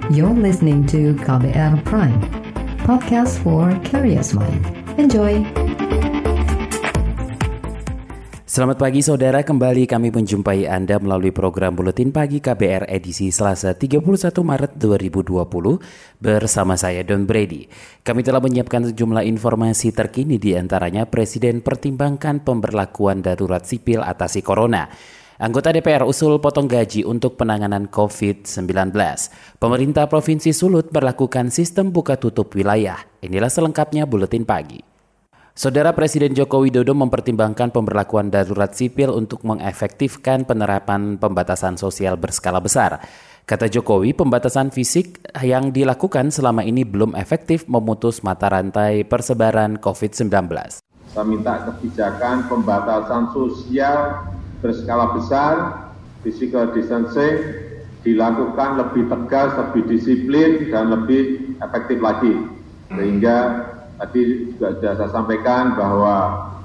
You're listening to KBR Prime, podcast for curious mind. Enjoy! Selamat pagi saudara, kembali kami menjumpai Anda melalui program Buletin Pagi KBR edisi Selasa 31 Maret 2020 bersama saya Don Brady. Kami telah menyiapkan sejumlah informasi terkini, di antaranya Presiden pertimbangkan pemberlakuan darurat sipil atasi Corona. Anggota DPR usul potong gaji untuk penanganan COVID-19. Pemerintah Provinsi Sulut berlakukan sistem buka tutup wilayah. Inilah selengkapnya Buletin Pagi. Saudara, Presiden Joko Widodo mempertimbangkan pemberlakuan darurat sipil untuk mengefektifkan penerapan pembatasan sosial berskala besar. Kata Jokowi, pembatasan fisik yang dilakukan selama ini belum efektif memutus mata rantai persebaran COVID-19. Saya minta kebijakan pembatasan sosial berskala besar, physical distancing, dilakukan lebih tegas, lebih disiplin, dan lebih efektif lagi. Sehingga tadi juga sudah saya sampaikan bahwa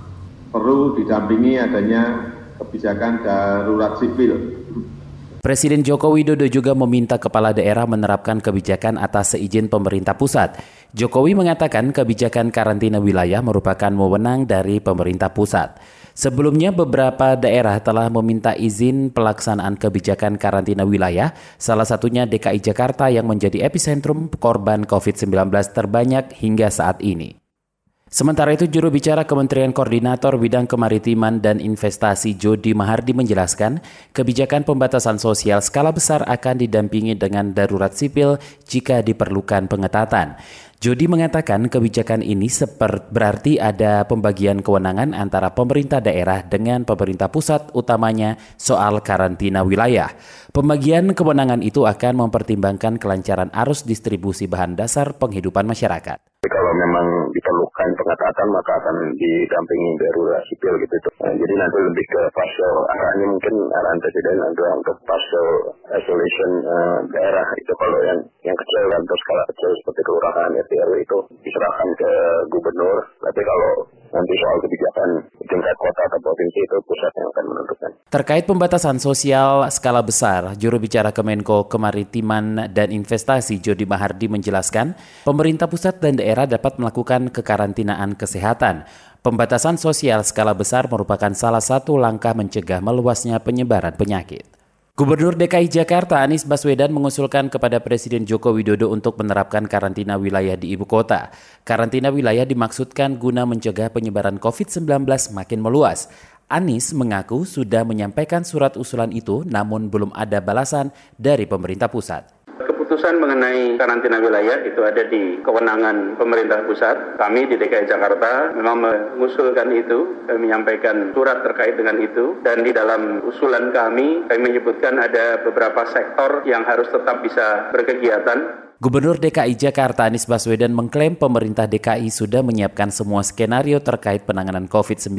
perlu didampingi adanya kebijakan darurat sipil. Presiden Joko Widodo juga meminta kepala daerah menerapkan kebijakan atas seizin pemerintah pusat. Jokowi mengatakan kebijakan karantina wilayah merupakan wewenang dari pemerintah pusat. Sebelumnya beberapa daerah telah meminta izin pelaksanaan kebijakan karantina wilayah, salah satunya DKI Jakarta yang menjadi epicentrum korban COVID-19 terbanyak hingga saat ini. Sementara itu, juru bicara Kementerian Koordinator Bidang Kemaritiman dan Investasi Jody Mahardi menjelaskan, kebijakan pembatasan sosial skala besar akan didampingi dengan darurat sipil jika diperlukan pengetatan. Jody mengatakan kebijakan ini berarti ada pembagian kewenangan antara pemerintah daerah dengan pemerintah pusat, utamanya soal karantina wilayah. Pembagian kewenangan itu akan mempertimbangkan kelancaran arus distribusi bahan dasar penghidupan masyarakat. Kalau memang diperlukan pengetatan maka akan didampingi darurat sipil gitu. Jadi nanti lebih ke partial, arahnya mungkin arahan presiden untuk partial isolation daerah itu kalau yang kecil dan skala kecil seperti kelurahan RT RW itu diserahkan ke gubernur. Tapi kalau nanti soal kebijakan tingkat kota atau provinsi itu pusat yang akan menentukan. Terkait pembatasan sosial skala besar, juru bicara Kemenko Kemaritiman dan Investasi Jody Mahardi menjelaskan, pemerintah pusat dan daerah dapat melakukan kekarantinaan kesehatan. Pembatasan sosial skala besar merupakan salah satu langkah mencegah meluasnya penyebaran penyakit. Gubernur DKI Jakarta Anies Baswedan mengusulkan kepada Presiden Joko Widodo untuk menerapkan karantina wilayah di ibu kota. Karantina wilayah dimaksudkan guna mencegah penyebaran COVID-19 makin meluas. Anies mengaku sudah menyampaikan surat usulan itu, namun belum ada balasan dari pemerintah pusat. Keputusan mengenai karantina wilayah itu ada di kewenangan pemerintah pusat. Kami di DKI Jakarta memang mengusulkan itu, kami menyampaikan surat terkait dengan itu. Dan di dalam usulan kami menyebutkan ada beberapa sektor yang harus tetap bisa berkegiatan. Gubernur DKI Jakarta Anies Baswedan mengklaim pemerintah DKI sudah menyiapkan semua skenario terkait penanganan COVID-19,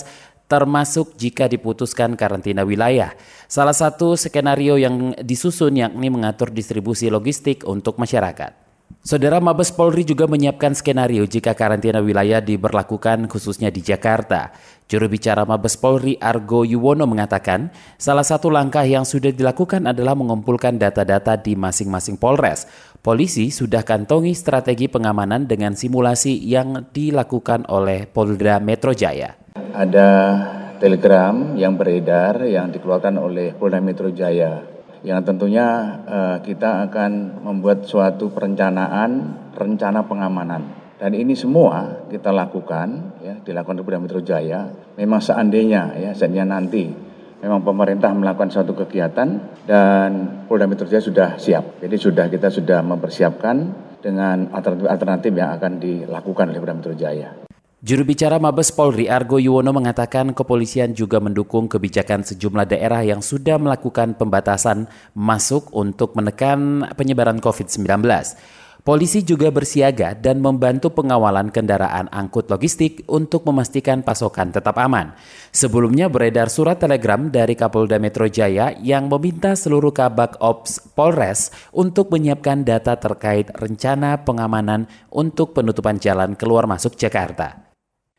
termasuk jika diputuskan karantina wilayah. Salah satu skenario yang disusun yakni mengatur distribusi logistik untuk masyarakat. Saudara, Mabes Polri juga menyiapkan skenario jika karantina wilayah diberlakukan khususnya di Jakarta. Juru bicara Mabes Polri Argo Yuwono mengatakan, salah satu langkah yang sudah dilakukan adalah mengumpulkan data-data di masing-masing Polres. Polisi sudah kantongi strategi pengamanan dengan simulasi yang dilakukan oleh Polda Metro Jaya. Ada telegram yang beredar yang dikeluarkan oleh Polda Metro Jaya yang tentunya kita akan membuat suatu rencana pengamanan. Dan ini semua kita lakukan, dilakukan di Polda Metro Jaya. Memang seandainya nanti memang pemerintah melakukan suatu kegiatan dan Polda Metro Jaya sudah siap. Jadi kita sudah mempersiapkan dengan alternatif yang akan dilakukan oleh Polda Metro Jaya. Juru bicara Mabes Polri Argo Yuwono mengatakan kepolisian juga mendukung kebijakan sejumlah daerah yang sudah melakukan pembatasan masuk untuk menekan penyebaran COVID-19. Polisi juga bersiaga dan membantu pengawalan kendaraan angkut logistik untuk memastikan pasokan tetap aman. Sebelumnya beredar surat telegram dari Kapolda Metro Jaya yang meminta seluruh Kabak Ops Polres untuk menyiapkan data terkait rencana pengamanan untuk penutupan jalan keluar masuk Jakarta.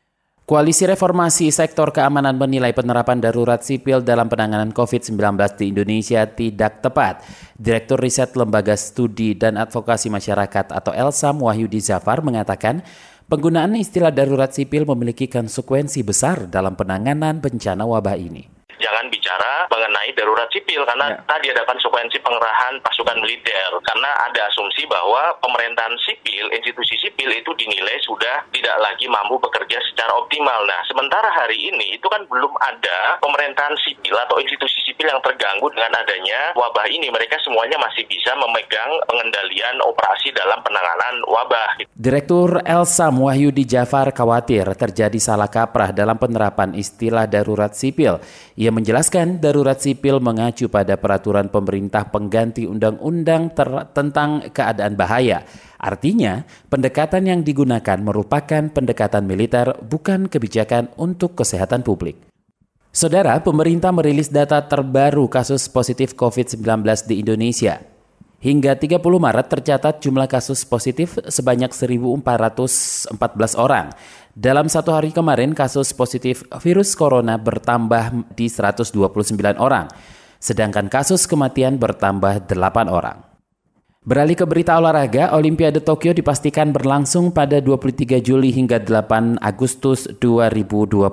Koalisi Reformasi Sektor Keamanan menilai penerapan darurat sipil dalam penanganan COVID-19 di Indonesia tidak tepat. Direktur Riset Lembaga Studi dan Advokasi Masyarakat atau LSAM Wahyudi Zafar mengatakan penggunaan istilah darurat sipil memiliki konsekuensi besar dalam penanganan bencana wabah ini. Jangan bicara mengenai darurat sipil karena tadi ada konsekuensi pengerahan pasukan militer. Karena ada asumsi bahwa pemerintahan sipil, institusi sipil itu dinilai sudah tidak lagi mampu bekerja secara optimal. Nah, sementara hari ini itu kan belum ada pemerintahan sipil atau institusi sipil yang terganggu dengan adanya wabah ini. Mereka semuanya masih bisa memegang pengendalian operasi dalam penanganan wabah. Direktur LSAM Wahyudi Zafar khawatir terjadi salah kaprah dalam penerapan istilah darurat sipil. Ia menjelaskan darurat sipil mengacu pada peraturan pemerintah pengganti undang-undang tentang keadaan bahaya. Artinya, pendekatan yang digunakan merupakan pendekatan militer, bukan kebijakan untuk kesehatan publik. Saudara, pemerintah merilis data terbaru kasus positif COVID-19 di Indonesia. Hingga 30 Maret tercatat jumlah kasus positif sebanyak 1.414 orang. Dalam satu hari kemarin, kasus positif virus corona bertambah di 129 orang, sedangkan kasus kematian bertambah 8 orang. Beralih ke berita olahraga, Olimpiade Tokyo dipastikan berlangsung pada 23 Juli hingga 8 Agustus 2021.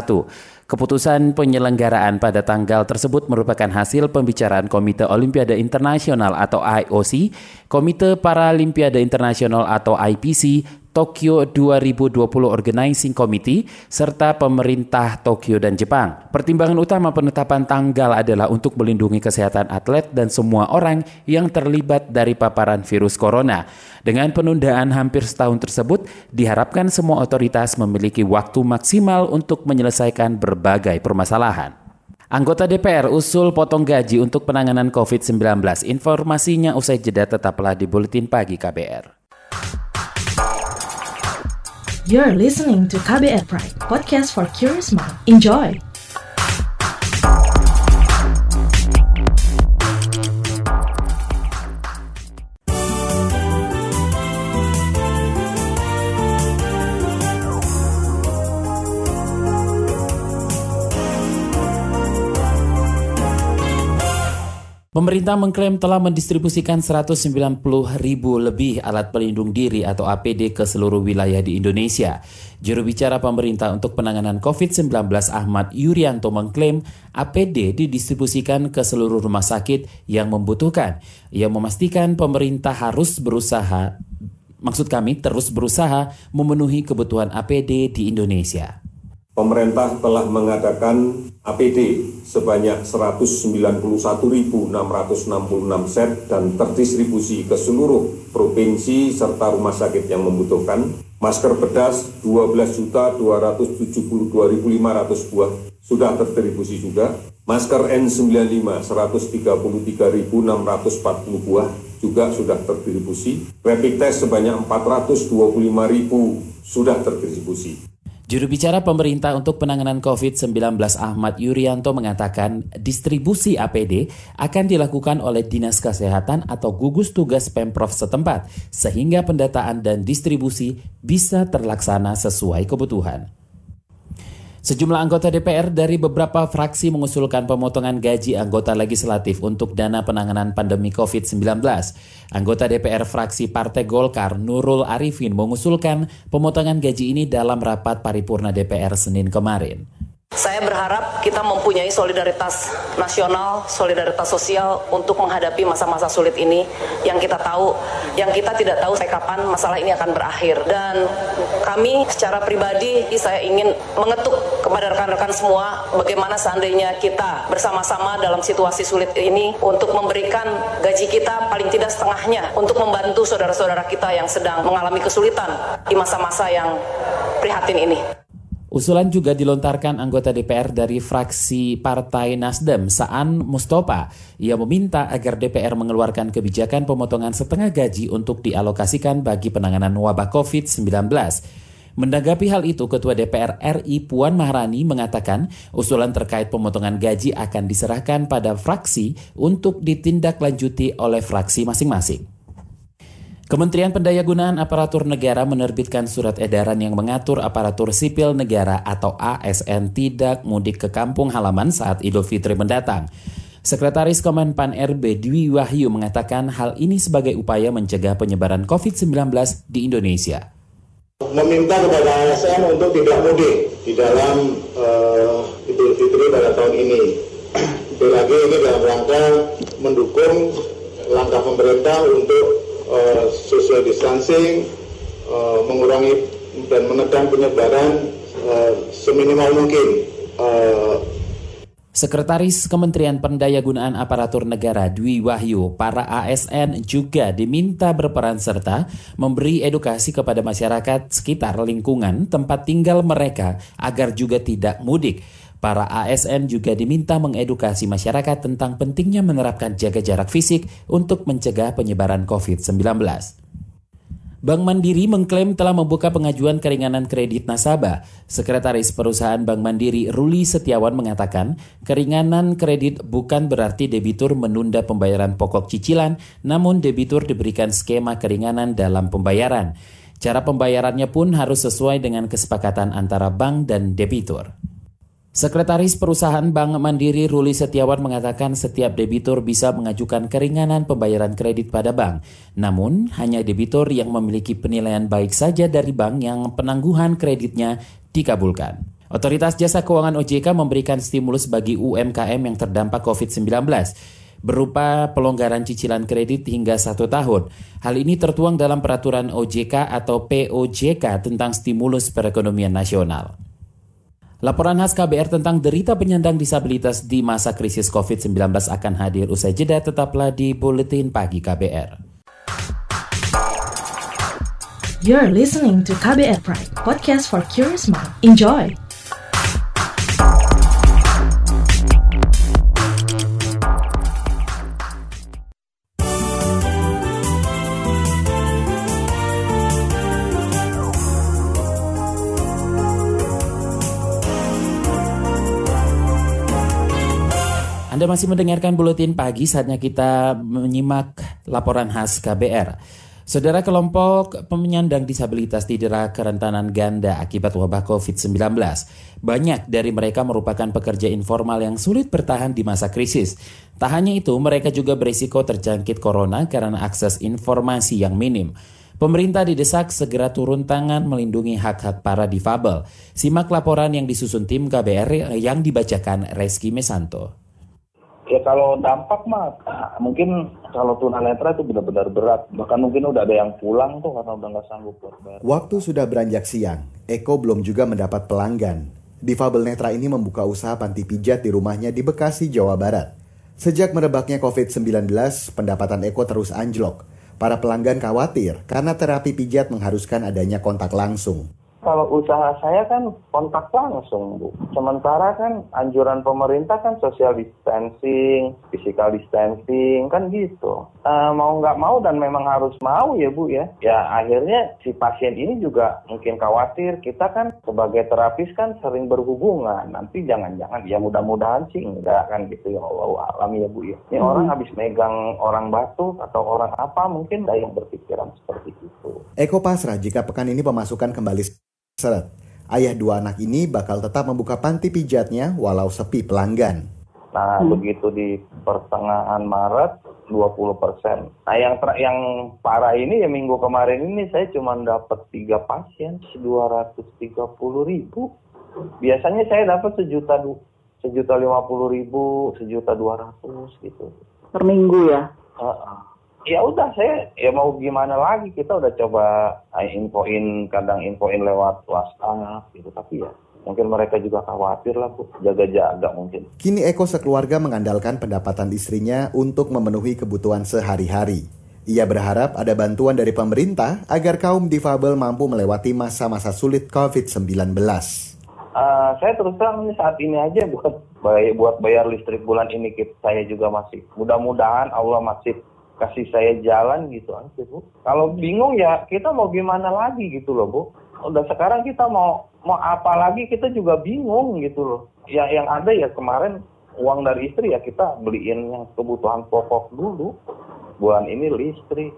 Keputusan penyelenggaraan pada tanggal tersebut merupakan hasil pembicaraan Komite Olimpiade Internasional atau IOC, Komite Paralimpiade Internasional atau IPC, Tokyo 2020 Organizing Committee, serta pemerintah Tokyo dan Jepang. Pertimbangan utama penetapan tanggal adalah untuk melindungi kesehatan atlet dan semua orang yang terlibat dari paparan virus corona. Dengan penundaan hampir setahun tersebut, diharapkan semua otoritas memiliki waktu maksimal untuk menyelesaikan berbagai permasalahan. Anggota DPR usul potong gaji untuk penanganan COVID-19. Informasinya usai jeda, tetaplah di Buletin Pagi KBR. You're listening to KBR Pride, podcast for curious mind. Enjoy! Pemerintah mengklaim telah mendistribusikan 190.000 lebih alat pelindung diri atau APD ke seluruh wilayah di Indonesia. Juru bicara pemerintah untuk penanganan COVID-19 Ahmad Yuryanto mengklaim APD didistribusikan ke seluruh rumah sakit yang membutuhkan. Ia memastikan pemerintah terus berusaha memenuhi kebutuhan APD di Indonesia. Pemerintah telah mengadakan APD sebanyak 191.666 set dan terdistribusi ke seluruh provinsi serta rumah sakit yang membutuhkan. Masker bedas 12.272.500 buah sudah terdistribusi juga. Masker N95 133.640 buah juga sudah terdistribusi. Rapid test sebanyak 425.000 sudah terdistribusi. Juru bicara pemerintah untuk penanganan COVID-19 Ahmad Yuryanto mengatakan distribusi APD akan dilakukan oleh Dinas Kesehatan atau gugus tugas Pemprov setempat sehingga pendataan dan distribusi bisa terlaksana sesuai kebutuhan. Sejumlah anggota DPR dari beberapa fraksi mengusulkan pemotongan gaji anggota legislatif untuk dana penanganan pandemi COVID-19. Anggota DPR fraksi Partai Golkar Nurul Arifin mengusulkan pemotongan gaji ini dalam rapat paripurna DPR Senin kemarin. Saya berharap kita mempunyai solidaritas nasional, solidaritas sosial untuk menghadapi masa-masa sulit ini yang kita tidak tahu sampai kapan masalah ini akan berakhir. Dan kami secara pribadi, saya ingin mengetuk kepada rekan-rekan semua bagaimana seandainya kita bersama-sama dalam situasi sulit ini untuk memberikan gaji kita paling tidak setengahnya untuk membantu saudara-saudara kita yang sedang mengalami kesulitan di masa-masa yang prihatin ini. Usulan juga dilontarkan anggota DPR dari fraksi Partai Nasdem, Saan Mustopa. Ia meminta agar DPR mengeluarkan kebijakan pemotongan setengah gaji untuk dialokasikan bagi penanganan wabah COVID-19. Menanggapi hal itu, Ketua DPR RI Puan Maharani mengatakan usulan terkait pemotongan gaji akan diserahkan pada fraksi untuk ditindaklanjuti oleh fraksi masing-masing. Kementerian Pendayagunaan Aparatur Negara menerbitkan surat edaran yang mengatur aparatur sipil negara atau ASN tidak mudik ke kampung halaman saat Idul Fitri mendatang. Sekretaris Kemenpan RB Dwi Wahyu mengatakan hal ini sebagai upaya mencegah penyebaran COVID-19 di Indonesia. Meminta kepada ASN untuk tidak mudik di dalam Idul Fitri pada tahun ini. Itu lagi ini dalam rangka mendukung langkah pemerintah untuk social distancing, mengurangi dan menekan penyebaran seminimal mungkin. Sekretaris Kementerian Pendayagunaan Aparatur Negara Dwi Wahyu, para ASN juga diminta berperan serta memberi edukasi kepada masyarakat sekitar lingkungan tempat tinggal mereka agar juga tidak mudik. Para ASN juga diminta mengedukasi masyarakat tentang pentingnya menerapkan jaga jarak fisik untuk mencegah penyebaran COVID-19. Bank Mandiri mengklaim telah membuka pengajuan keringanan kredit nasabah. Sekretaris Perusahaan Bank Mandiri Ruli Setiawan mengatakan, keringanan kredit bukan berarti debitur menunda pembayaran pokok cicilan, namun debitur diberikan skema keringanan dalam pembayaran. Cara pembayarannya pun harus sesuai dengan kesepakatan antara bank dan debitur. Sekretaris Perusahaan Bank Mandiri Ruli Setiawan mengatakan setiap debitur bisa mengajukan keringanan pembayaran kredit pada bank. Namun, hanya debitur yang memiliki penilaian baik saja dari bank yang penangguhan kreditnya dikabulkan. Otoritas Jasa Keuangan OJK memberikan stimulus bagi UMKM yang terdampak COVID-19 berupa pelonggaran cicilan kredit hingga 1 tahun. Hal ini tertuang dalam Peraturan OJK atau POJK tentang stimulus perekonomian nasional. Laporan khas KBR tentang derita penyandang disabilitas di masa krisis COVID-19 akan hadir usai jeda, tetaplah di Buletin Pagi KBR. You're listening to KBR Pride, podcast for curious mind. Enjoy! Anda masih mendengarkan Buletin Pagi, saatnya kita menyimak laporan khas KBR. Saudara, kelompok penyandang disabilitas didera kerentanan ganda akibat wabah COVID-19. Banyak dari mereka merupakan pekerja informal yang sulit bertahan di masa krisis. Tak hanya itu, mereka juga berisiko terjangkit corona karena akses informasi yang minim. Pemerintah didesak segera turun tangan melindungi hak-hak para difabel. Simak laporan yang disusun tim KBR yang dibacakan Reski Mesanto. Ya kalau dampak mah mungkin kalau tunanetra itu benar-benar berat. Bahkan mungkin udah ada yang pulang tuh karena udah nggak sanggup buat bayar. Waktu sudah beranjak siang, Eko belum juga mendapat pelanggan. Difabel netra ini membuka usaha panti pijat di rumahnya di Bekasi, Jawa Barat. Sejak merebaknya COVID-19, pendapatan Eko terus anjlok. Para pelanggan khawatir karena terapi pijat mengharuskan adanya kontak langsung. Kalau usaha saya kan kontak langsung, Bu. Sementara kan anjuran pemerintah kan social distancing, physical distancing, kan gitu. Mau nggak mau dan memang harus mau ya, Bu ya. Ya akhirnya si pasien ini juga mungkin khawatir. Kita kan sebagai terapis kan sering berhubungan. Nanti jangan-jangan, ya mudah-mudahan sih enggak kan gitu ya, Allah alam ya, Bu ya. Ini orang habis megang orang batuk atau orang apa, mungkin ada yang berpikiran seperti itu. Eko pasrah jika pekan ini pemasukan kembali seret. Ayah dua anak ini bakal tetap membuka panti pijatnya walau sepi pelanggan. Nah, begitu di pertengahan Maret 20%. Nah, yang parah ini ya minggu kemarin ini saya cuma dapat 3 pasien 230.000. Biasanya saya dapat 1.050.000, 1.200.000 gitu. Per minggu ya? Ya udah saya ya mau gimana lagi, kita udah coba infoin lewat WhatsApp gitu, tapi ya mungkin mereka juga khawatir lah, Bu, jaga-jaga mungkin. Kini Eko sekeluarga mengandalkan pendapatan istrinya untuk memenuhi kebutuhan sehari-hari. Ia berharap ada bantuan dari pemerintah agar kaum difabel mampu melewati masa-masa sulit COVID-19. Saya terus terang saat ini aja buat bayar listrik bulan ini saya juga masih, mudah-mudahan Allah masih kasih saya jalan gitu aja, Bu. Kalau bingung ya kita mau gimana lagi gitu loh, Bu. Udah sekarang kita mau apa lagi kita juga bingung gitu loh. Yang ada ya kemarin uang dari istri ya kita beliin yang kebutuhan pokok dulu. Bulan ini listrik,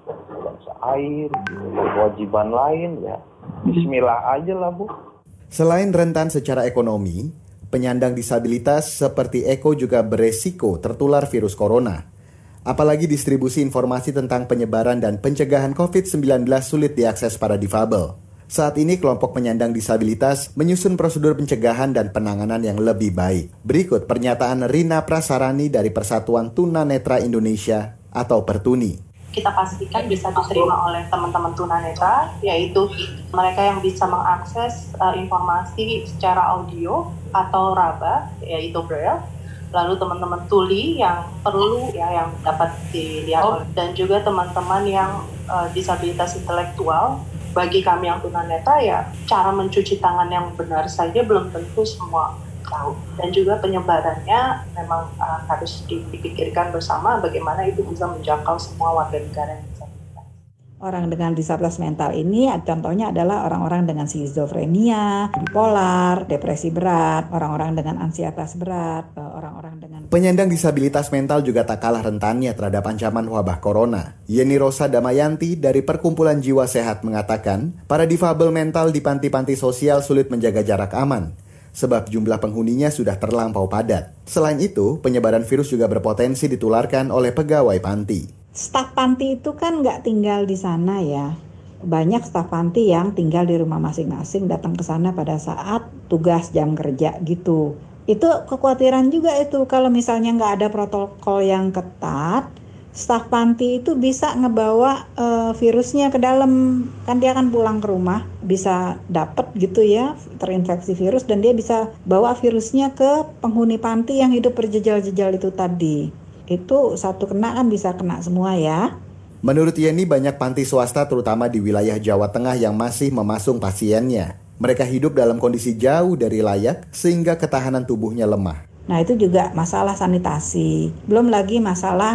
influenza air, kewajiban lain ya bismillah aja lah Bu. Selain rentan secara ekonomi, penyandang disabilitas seperti Eko juga beresiko tertular virus corona. Apalagi distribusi informasi tentang penyebaran dan pencegahan COVID-19 sulit diakses para difabel. Saat ini kelompok penyandang disabilitas menyusun prosedur pencegahan dan penanganan yang lebih baik. Berikut pernyataan Rina Prasarani dari Persatuan Tunanetra Indonesia atau Pertuni. Kita pastikan bisa diterima oleh teman-teman tunanetra, yaitu mereka yang bisa mengakses informasi secara audio atau raba, yaitu braille. Lalu teman-teman tuli yang perlu yang dapat dilihat, dan juga teman-teman yang disabilitas intelektual. Bagi kami yang tunanetra ya cara mencuci tangan yang benar saja belum tentu semua tahu, dan juga penyebarannya memang harus dipikirkan bersama bagaimana itu bisa menjangkau semua warga negara yang disabilitas. Orang dengan disabilitas mental ini contohnya adalah orang-orang dengan skizofrenia, bipolar, depresi berat, orang-orang dengan ansietas berat, orang-orang dengan... Penyandang disabilitas mental juga tak kalah rentannya terhadap ancaman wabah corona. Yeni Rosa Damayanti dari Perkumpulan Jiwa Sehat mengatakan, para difabel mental di panti-panti sosial sulit menjaga jarak aman, sebab jumlah penghuninya sudah terlampau padat. Selain itu, penyebaran virus juga berpotensi ditularkan oleh pegawai panti. Staf panti itu kan nggak tinggal di sana ya. Banyak staf panti yang tinggal di rumah masing-masing, datang ke sana pada saat tugas jam kerja gitu. Itu kekhawatiran juga itu, kalau misalnya nggak ada protokol yang ketat, staf panti itu bisa ngebawa virusnya ke dalam. Kan dia akan pulang ke rumah, bisa dapet gitu ya, terinfeksi virus, dan dia bisa bawa virusnya ke penghuni panti yang hidup berjejal-jejal itu tadi. Itu satu kena kan bisa kena semua ya. Menurut Yeni, banyak panti swasta terutama di wilayah Jawa Tengah yang masih memasung pasiennya. Mereka hidup dalam kondisi jauh dari layak sehingga ketahanan tubuhnya lemah. Nah itu juga masalah sanitasi, belum lagi masalah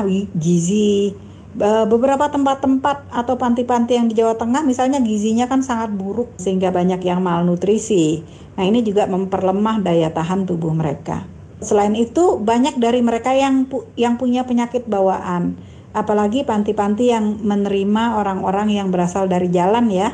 gizi. Beberapa tempat-tempat atau panti-panti yang di Jawa Tengah misalnya gizinya kan sangat buruk sehingga banyak yang malnutrisi. Nah ini juga memperlemah daya tahan tubuh mereka. Selain itu banyak dari mereka yang punya penyakit bawaan, apalagi panti-panti yang menerima orang-orang yang berasal dari jalan ya,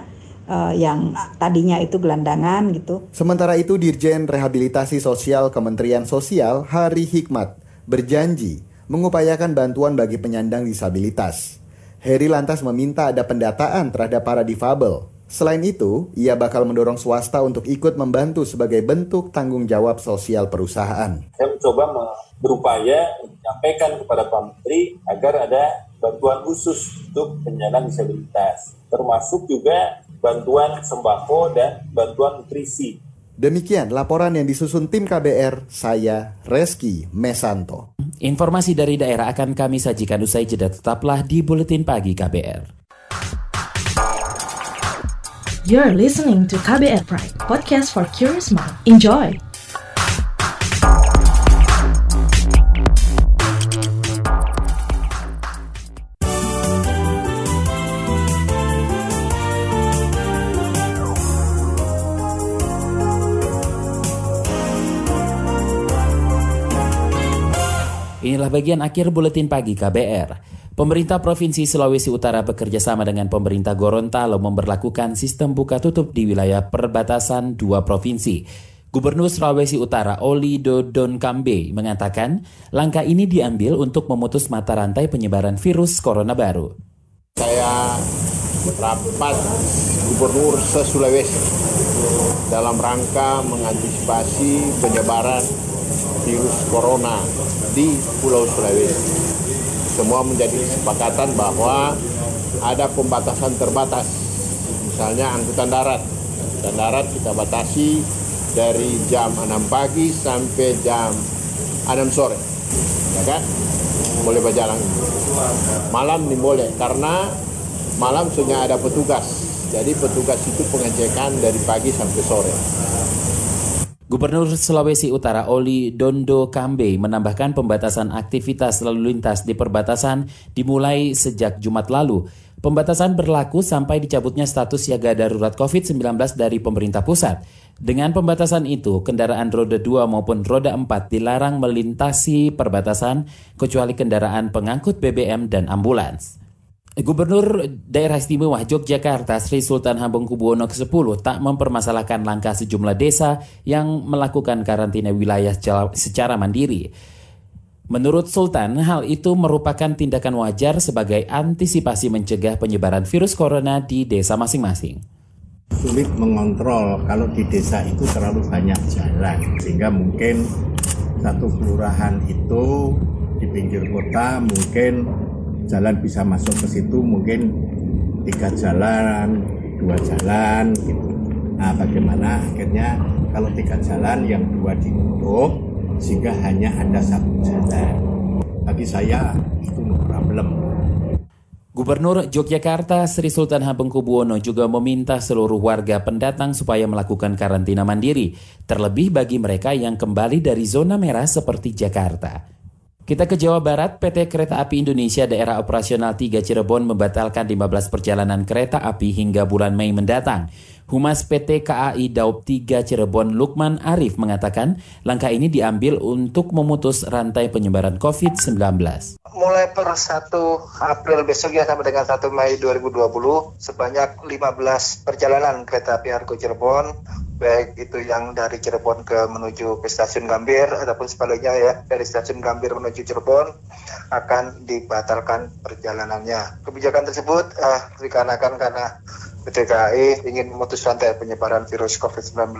yang tadinya itu gelandangan gitu. Sementara itu Dirjen Rehabilitasi Sosial Kementerian Sosial Hari Hikmat berjanji mengupayakan bantuan bagi penyandang disabilitas. Heri lantas meminta ada pendataan terhadap para difabel. Selain itu, ia bakal mendorong swasta untuk ikut membantu sebagai bentuk tanggung jawab sosial perusahaan. Saya mencoba berupaya menyampaikan kepada Pak Menteri agar ada bantuan khusus untuk penyandang disabilitas, termasuk juga bantuan sembako dan bantuan nutrisi. Demikian laporan yang disusun tim KBR, saya Reski Mesanto. Informasi dari daerah akan kami sajikan usai jeda, tetaplah di Buletin Pagi KBR. You're listening to KBR Pride, podcast for curious mind. Enjoy! Inilah bagian akhir Buletin Pagi KBR. Pemerintah Provinsi Sulawesi Utara bekerja sama dengan pemerintah Gorontalo memberlakukan sistem buka tutup di wilayah perbatasan dua provinsi. Gubernur Sulawesi Utara Oli Dodon Kambe mengatakan langkah ini diambil untuk memutus mata rantai penyebaran virus corona baru. Saya rapat Gubernur se-Sulawesi dalam rangka mengantisipasi penyebaran virus corona di Pulau Sulawesi. Semua menjadi kesepakatan bahwa ada pembatasan terbatas, misalnya angkutan darat. Angkutan darat kita batasi dari jam 6 pagi sampai jam 6 sore, ya kan? Boleh berjalan. Malam ini boleh, karena malam sudah ada petugas. Jadi petugas itu pengecekan dari pagi sampai sore. Gubernur Sulawesi Utara Oli Dondo Kambe menambahkan pembatasan aktivitas lalu lintas di perbatasan dimulai sejak Jumat lalu. Pembatasan berlaku sampai dicabutnya status siaga darurat COVID-19 dari pemerintah pusat. Dengan pembatasan itu, kendaraan roda 2 maupun roda 4 dilarang melintasi perbatasan kecuali kendaraan pengangkut BBM dan ambulans. Gubernur Daerah Istimewa Yogyakarta Sri Sultan Hamengkubuwono ke-10 tak mempermasalahkan langkah sejumlah desa yang melakukan karantina wilayah secara mandiri. Menurut Sultan, hal itu merupakan tindakan wajar sebagai antisipasi mencegah penyebaran virus corona di desa masing-masing. Sulit mengontrol kalau di desa itu terlalu banyak jalan, sehingga mungkin satu kelurahan itu di pinggir kota mungkin jalan bisa masuk ke situ mungkin 3 jalan, 2 jalan gitu. Nah, bagaimana akhirnya kalau 3 jalan yang 2 ditutup sehingga hanya ada 1 jalan. Bagi saya itu no problem. Gubernur Yogyakarta Sri Sultan Hamengkubuwono juga meminta seluruh warga pendatang supaya melakukan karantina mandiri, terlebih bagi mereka yang kembali dari zona merah seperti Jakarta. Kita ke Jawa Barat, PT Kereta Api Indonesia Daerah Operasional 3 Cirebon membatalkan 15 perjalanan kereta api hingga bulan Mei mendatang. Humas PT KAI Daob 3 Cirebon Lukman Arif mengatakan langkah ini diambil untuk memutus rantai penyebaran COVID-19. Mulai per 1 April besok ya sampai dengan 1 Mei 2020 sebanyak 15 perjalanan kereta api Argo Cirebon, baik itu yang dari Cirebon menuju ke Stasiun Gambir ataupun sebaliknya ya dari Stasiun Gambir menuju Cirebon akan dibatalkan perjalanannya. Kebijakan tersebut dikarenakan karena PT KAI ingin memutus rantai penyebaran virus COVID-19.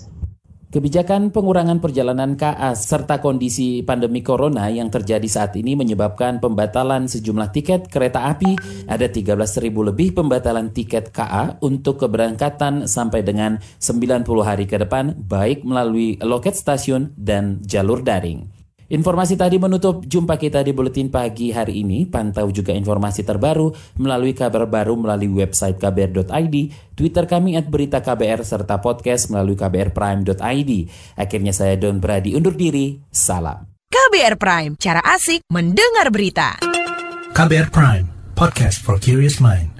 Kebijakan pengurangan perjalanan KA serta kondisi pandemi corona yang terjadi saat ini menyebabkan pembatalan sejumlah tiket kereta api. Ada 13.000 lebih pembatalan tiket KA untuk keberangkatan sampai dengan 90 hari ke depan, baik melalui loket stasiun dan jalur daring. Informasi tadi menutup jumpa kita di Buletin Pagi hari ini. Pantau juga informasi terbaru melalui kabar baru melalui website kbr.id, Twitter kami @beritaKBR, serta podcast melalui kbrprime.id. Akhirnya saya Don Brady undur diri. Salam. KBR Prime, cara asik mendengar berita. KBR Prime, podcast for curious mind.